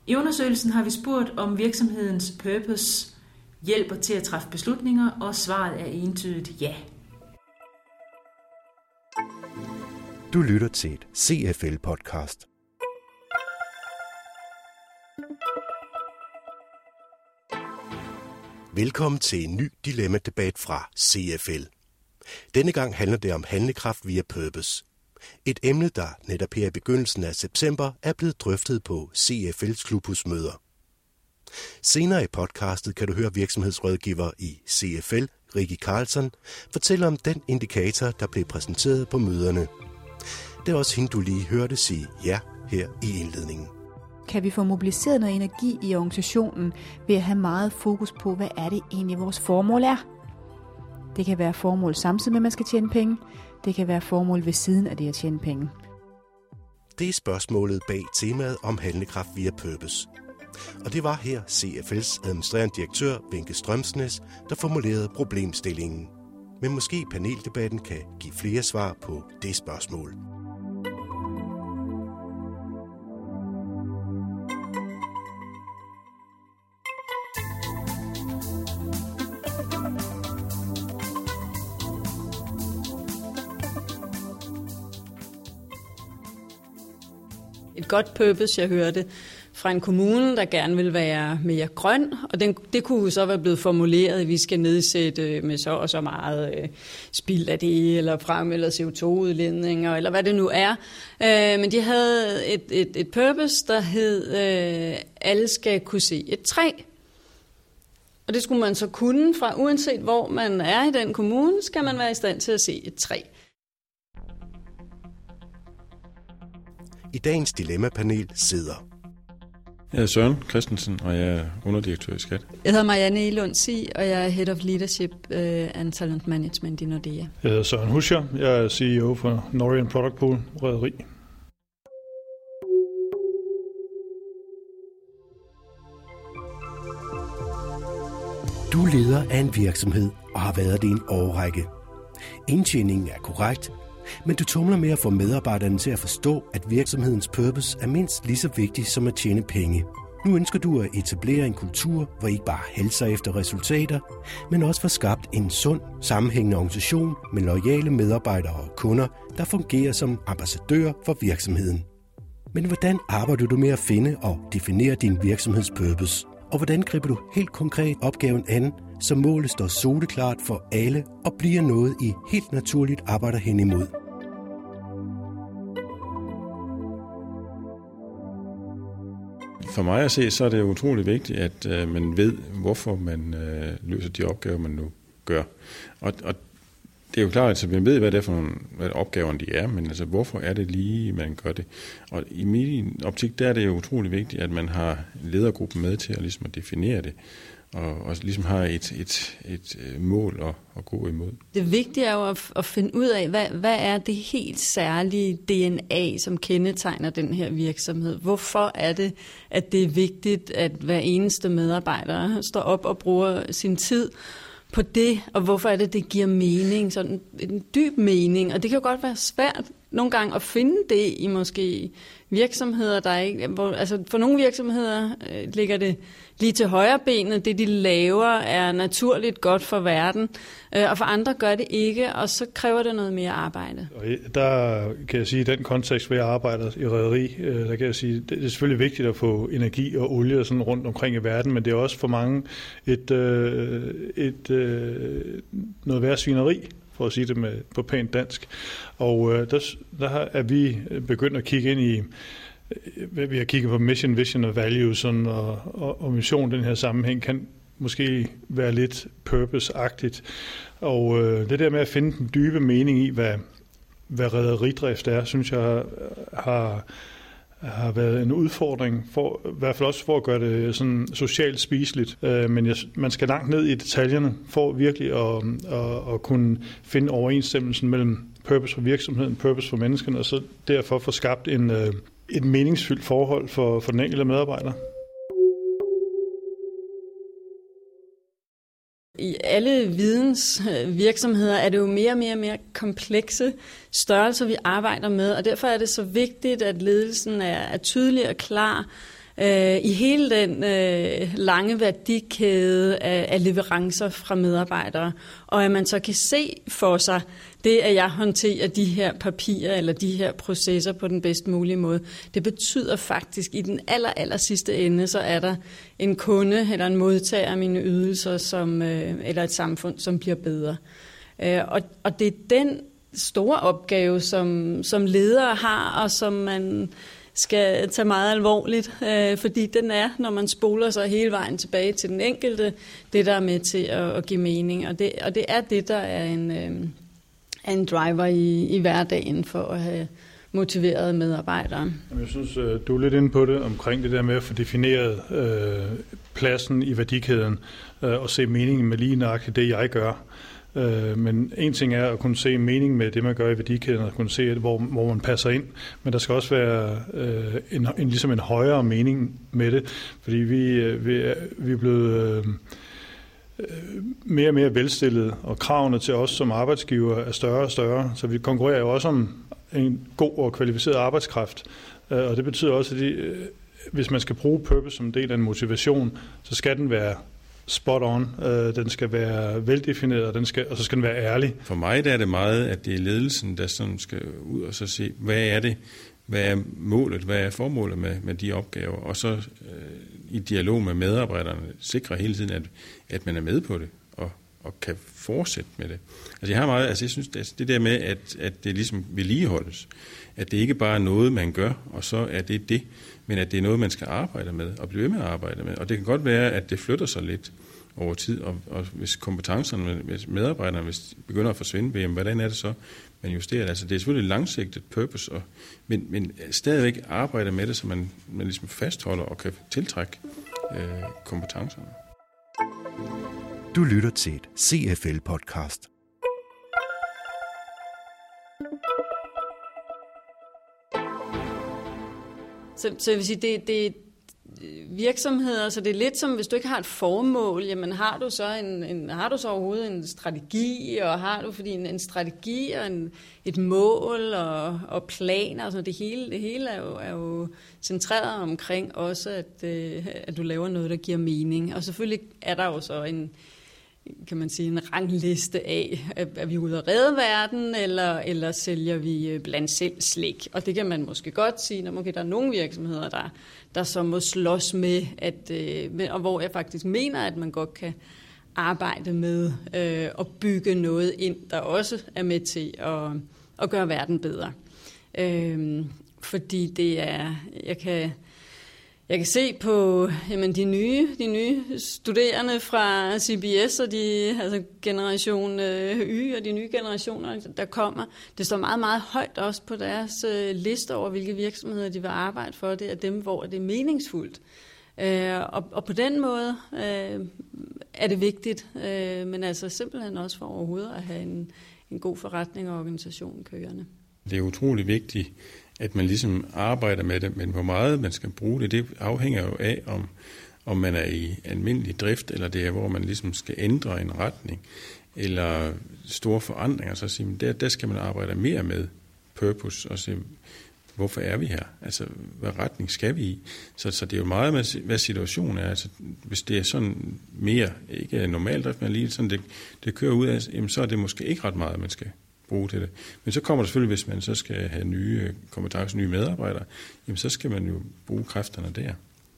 I undersøgelsen har vi spurgt, om virksomhedens purpose hjælper til at træffe beslutninger, og svaret er entydigt ja. Du lytter til et CFL-podcast. Velkommen til en ny dilemma-debat fra CFL. Denne gang handler det om handlekraft via purpose. Et emne, der netop her i begyndelsen af september er blevet drøftet på CFL's klubhusmøder. Senere i podcastet kan du høre virksomhedsrådgiver i CFL, Rikke Carlson, fortælle om den indikator, der blev præsenteret på møderne. Det er også hende, du lige hørte sige ja her i indledningen. Kan vi få mobiliseret noget energi i organisationen ved at have meget fokus på, hvad er det egentlig vores formål er? Det kan være formål samtidig med, at man skal tjene penge. Det kan være formål ved siden af det at tjene penge. Det er spørgsmålet bag temaet om handlekraft via purpose. Og det var her CFL's administrerende direktør, Wenche Strømsnes, der formulerede problemstillingen. Men måske paneldebatten kan give flere svar på det spørgsmål. Et godt purpose, jeg hørte fra en kommune, der gerne vil være mere grøn, og det kunne så være blevet formuleret, at vi skal nedsætte med så og så meget spild af det, eller frem eller CO2-udledninger, eller hvad det nu er. Men de havde et purpose, der hed, alle skal kunne se et træ. Og det skulle man så kunne fra, uanset hvor man er i den kommune, skal man være i stand til at se et træ. I dagens dilemma-panel sidder Jeg er Søren Christensen, og jeg er underdirektør i Skat. Jeg hedder Marianne Elund Sig, og jeg er Head of Leadership and Talent Management i Nordea. Jeg hedder Søren Huscher, jeg er CEO for Norwegian Product Pool Rederi. Du er leder af en virksomhed og har været det i en årrække. Indtjeningen er korrekt, men du tumler med at få medarbejderne til at forstå, at virksomhedens purpose er mindst lige så vigtig som at tjene penge. Nu ønsker du at etablere en kultur, hvor I ikke bare halser efter resultater, men også får skabt en sund, sammenhængende organisation med loyale medarbejdere og kunder, der fungerer som ambassadører for virksomheden. Men hvordan arbejder du med at finde og definere din virksomheds purpose? Og hvordan griber du helt konkret opgaven an, så målet står soleklart for alle og bliver noget, I helt naturligt arbejder hen imod? For mig at se, så er det utroligt vigtigt, at man ved, hvorfor man løser de opgaver, man nu gør. Og det er jo klart, at man ved, hvad det er for nogle hvad opgaverne de er, men altså, hvorfor er det lige, man gør det? Og i min optik, der er det jo utroligt vigtigt, at man har ledergruppen med til at, ligesom at definere det, og ligesom har et mål at gå imod. Det vigtige er jo at finde ud af, hvad er det helt særlige DNA, som kendetegner den her virksomhed? Hvorfor er det, at det er vigtigt, at hver eneste medarbejder står op og bruger sin tid på det, og hvorfor er det, det giver mening, sådan en dyb mening, og det kan jo godt være svært nogle gange at finde det i måske virksomheder, der ikke, altså for nogle virksomheder ligger det lige til højre benet, det de laver er naturligt godt for verden, og for andre gør det ikke, og så kræver det noget mere arbejde. Og der kan jeg sige, at i den kontekst, hvor jeg arbejder i rederi, der kan jeg sige, det er selvfølgelig vigtigt at få energi og olie sådan rundt omkring i verden, men det er også for mange noget værre svineri, for at sige det på pænt dansk. Og der er vi begyndt at kigge ind i, vi har kigget på mission, vision og values, og mission i den her sammenhæng kan måske være lidt purpose-agtigt. Og det der med at finde den dybe mening i, hvad rederidrift er, synes jeg har været en udfordring, i hvert fald også for at gøre det sådan socialt spiseligt. Men man skal langt ned i detaljerne for virkelig at kunne finde overensstemmelsen mellem purpose for virksomheden, purpose for menneskene, og så derfor få skabt et meningsfyldt forhold for den enkelte medarbejder. I alle vidensvirksomheder er det jo mere og mere komplekse størrelser, vi arbejder med, og derfor er det så vigtigt, at ledelsen er tydelig og klar i hele den lange værdikæde af leverancer fra medarbejdere, og at man så kan se for sig, det at jeg håndterer de her papirer eller de her processer på den bedst mulige måde, det betyder faktisk i den aller sidste ende, så er der en kunde eller en modtager af mine ydelser, eller et samfund, som bliver bedre. Og det er den store opgave, som ledere har, og som man skal tage meget alvorligt, fordi den er, når man spoler sig hele vejen tilbage til den enkelte, det der er med til at give mening, og det er det, der er en driver i hverdagen for at have motiverede medarbejdere. Jeg synes, du er lidt inde på det omkring det der med at få defineret pladsen i værdikæden og se meningen med lige nøjagtigt det, jeg gør. Men en ting er at kunne se mening med det, man gør i værdikæden, og kunne se, hvor man passer ind. Men der skal også være ligesom en højere mening med det, fordi vi er blevet mere og mere velstillet, og kravene til os som arbejdsgiver er større og større. Så vi konkurrerer jo også om en god og kvalificeret arbejdskraft. Og det betyder også, at hvis man skal bruge purpose som del af en motivation, så skal den være spot on, den skal være veldefineret, og så skal den være ærlig. For mig der er det meget, at det er ledelsen, der sådan skal ud og så se, hvad er det, hvad er målet, hvad er formålet med de opgaver, og så i dialog med medarbejderne sikre hele tiden, at man er med på det, og kan fortsætte med det. Altså jeg synes, det der med, at det ligesom vedligeholdes, at det ikke bare er noget, man gør, og så er det, men at det er noget, man skal arbejde med, og blive ved med at arbejde med. Og det kan godt være, at det flytter sig lidt over tid, og hvis kompetencerne med medarbejderne hvis begynder at forsvinde, hvordan er det så, man justerer det? Altså det er selvfølgelig langsigtet purpose, men stadigvæk arbejde med det, så man ligesom fastholder og kan tiltrække kompetencerne. Du lytter til et CFL-podcast. Så jeg vil sige, det er virksomheder, så det er lidt som, hvis du ikke har et formål, jamen har du så overhovedet en strategi, og har du fordi en strategi og et mål og planer og sådan noget. Det hele er jo centreret omkring også, at du laver noget, der giver mening. Og selvfølgelig er der jo så en rangliste af, er vi ude at redde verden, eller sælger vi blandt selv slik. Og det kan man måske godt sige, når der er nogle virksomheder, der så må slås med, og hvor jeg faktisk mener, at man godt kan arbejde med at bygge noget ind, der også er med til at gøre verden bedre. Fordi det er, jeg kan se på de nye studerende fra CBS og altså generation Y og de nye generationer, der kommer. Det står meget, meget højt også på deres liste over, hvilke virksomheder de vil arbejde for. Det er dem, hvor det er meningsfuldt. Og på den måde er det vigtigt, men altså simpelthen også for overhovedet at have en god forretning og organisation kørende. Det er utrolig vigtigt, at man ligesom arbejder med det, men hvor meget man skal bruge det afhænger jo af, om man er i almindelig drift, eller det er, hvor man ligesom skal ændre en retning, eller store forandringer, så siger der skal man arbejde mere med purpose, og se, hvorfor er vi her? Altså, hvad retning skal vi i? Så det er jo meget med, hvad situationen er. Altså, hvis det er sådan mere, ikke normal drift, men lige sådan, det kører ud af, jamen, så er det måske ikke ret meget, man skal bruge til det. Men så kommer det selvfølgelig, hvis man så skal have nye kompetencer, nye medarbejdere, jamen så skal man jo bruge kræfterne der.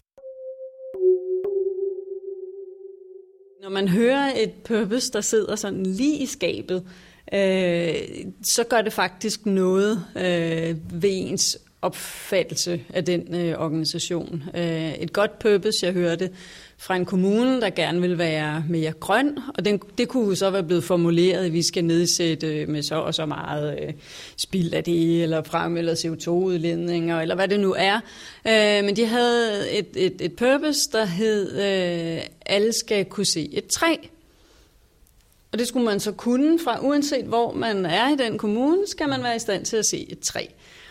Når man hører et purpose, der sidder sådan lige i skabet, så gør det faktisk noget ved ens opfattelse af den organisation. Et godt purpose, jeg hørte fra en kommune, der gerne vil være mere grøn, og det kunne så være blevet formuleret, at vi skal nedsætte med så og så meget spild af det, eller frem eller CO2-udledninger, eller hvad det nu er. Men de havde et purpose, der hed, alle skal kunne se et træ. Og det skulle man så kunne fra, uanset hvor man er i den kommune, skal man være i stand til at se et træ.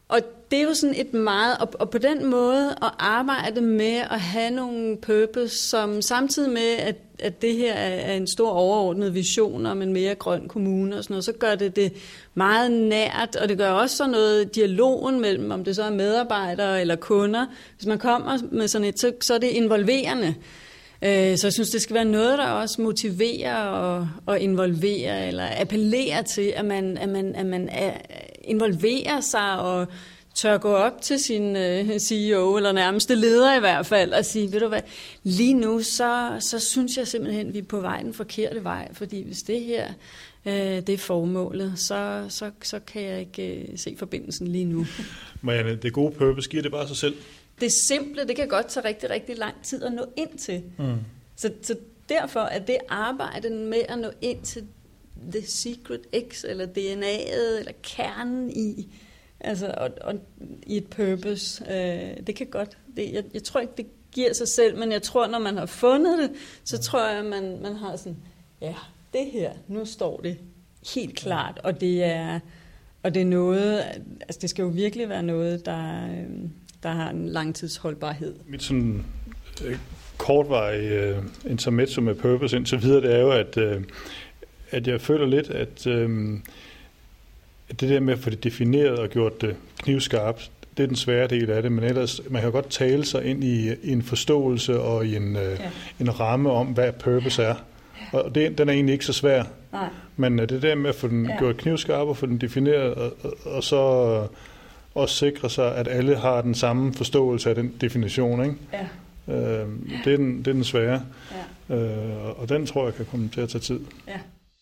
Og det er jo sådan et meget, og på den måde at arbejde med at have nogle purpose, som samtidig med, at det her er en stor overordnet vision om en mere grøn kommune og sådan noget, så gør det meget nært, og det gør også sådan noget dialogen mellem, om det så er medarbejdere eller kunder. Hvis man kommer med sådan et, så er det involverende. Så jeg synes, det skal være noget, der også motiverer og involverer eller appellerer til, at man involverer sig og tør gå op til sin CEO eller nærmeste leder i hvert fald og sige, ved du hvad, lige nu så synes jeg simpelthen, at vi er på vej den forkerte vej, fordi hvis det her det er formålet, så kan jeg ikke se forbindelsen lige nu. Marianne, det gode purpose, giver det bare sig selv? Det simple, det kan godt tage rigtig, rigtig lang tid at nå ind til. Så derfor er det arbejde med at nå ind til the secret X, eller DNA'et, eller kernen i, altså, og i et purpose, det kan godt. Jeg tror ikke, det giver sig selv, men jeg tror, når man har fundet det, så tror jeg, man har sådan, ja, det her, nu står det helt klart, og det er noget, altså det skal jo virkelig være noget, der har en langtidsholdbarhed. Mit sådan kortvarige intermezzo med purpose indtil videre, det er jo, at jeg føler lidt, at det der med at få det defineret og gjort det knivskarpt, det er den svære del af det, men ellers, man kan godt tale sig ind i en forståelse og i en ramme om, hvad purpose er. Og den er egentlig ikke så svær. Nej. Men det der med at få den gjort knivskarp og få den defineret, og så også sikre sig, at alle har den samme forståelse af den definition, ikke? Ja. Det er den svære. Ja. Og den tror jeg kan komme til at tage tid. Ja.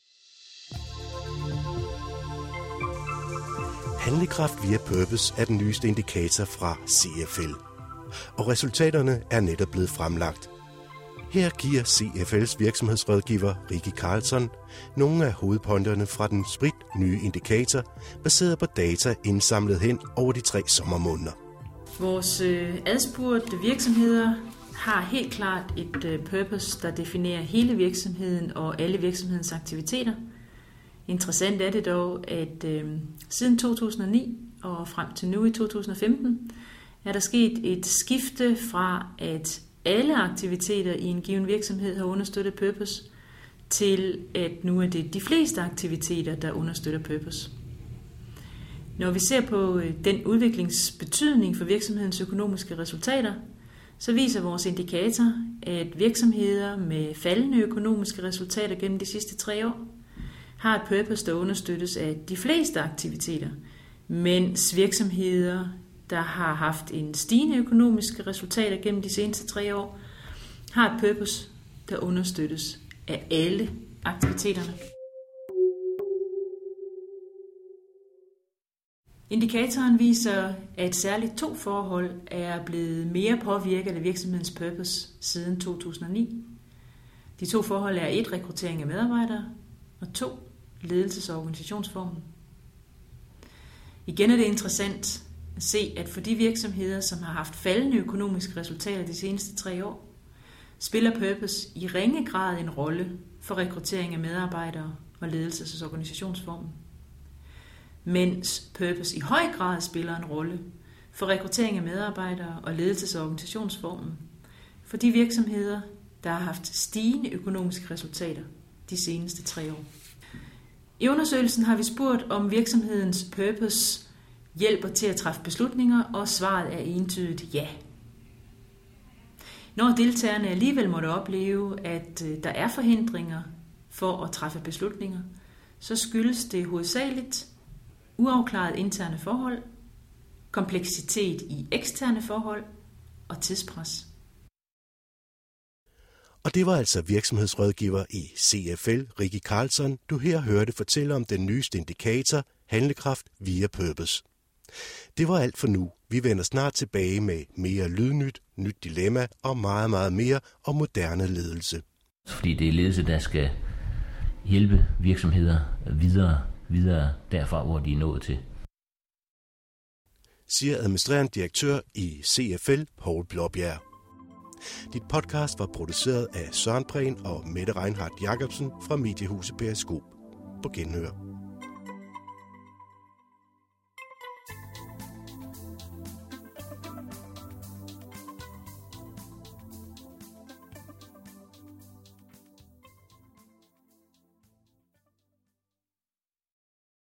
Handlekraft via Purpose er den nyeste indikator fra CFL. Og resultaterne er netop blevet fremlagt. Her giver CFL's virksomhedsrådgiver Rikke Carlson nogle af hovedpunkterne fra den nye indikator, baseret på data indsamlet hen over de 3 sommermåneder. Vores adspurgte virksomheder har helt klart et purpose, der definerer hele virksomheden og alle virksomhedens aktiviteter. Interessant er det dog, at siden 2009 og frem til nu i 2015, er der sket et skifte fra, at alle aktiviteter i en given virksomhed har understøttet purpose, til at nu er det de fleste aktiviteter, der understøtter purpose. Når vi ser på den udviklingsbetydning for virksomhedens økonomiske resultater, så viser vores indikator, at virksomheder med faldende økonomiske resultater gennem de sidste 3 år har et purpose, der understøttes af de fleste aktiviteter, mens virksomheder, der har haft en stigende økonomiske resultater gennem de seneste 3 år, har et purpose, der understøttes af alle aktiviteterne. Indikatoren viser, at særligt 2 forhold er blevet mere påvirket af virksomhedens purpose siden 2009. De 2 forhold er 1. Rekruttering af medarbejdere, og 2. Ledelses- og organisationsformen. Igen er det interessant at se, at for de virksomheder, som har haft faldende økonomiske resultater de seneste 3 år, spiller purpose i ringe grad en rolle for rekruttering af medarbejdere og ledelses- og organisationsformen. Mens purpose i høj grad spiller en rolle for rekruttering af medarbejdere og ledelses- og organisationsformen for de virksomheder, der har haft stigende økonomiske resultater de seneste 3 år. I undersøgelsen har vi spurgt, om virksomhedens purpose hjælper til at træffe beslutninger, og svaret er entydigt ja. Når deltagerne alligevel måtte opleve, at der er forhindringer for at træffe beslutninger, så skyldes det hovedsageligt uafklaret interne forhold, kompleksitet i eksterne forhold og tidspres. Og det var altså virksomhedsrådgiver i CFL, Rikke Carlson, du her hørte fortælle om den nyeste indikator, handlekraft via purpose. Det var alt for nu. Vi vender snart tilbage med mere lydnyt, nyt dilemma og meget, meget mere om moderne ledelse. Fordi det er ledelse, der skal hjælpe virksomheder videre derfra, hvor de er nået til. Siger administrerende direktør i CFL, Poul Blåbjerg. Dit podcast var produceret af Søren Prehn og Mette Reinhardt Jacobsen fra Mediehuset Periskop. På genhør.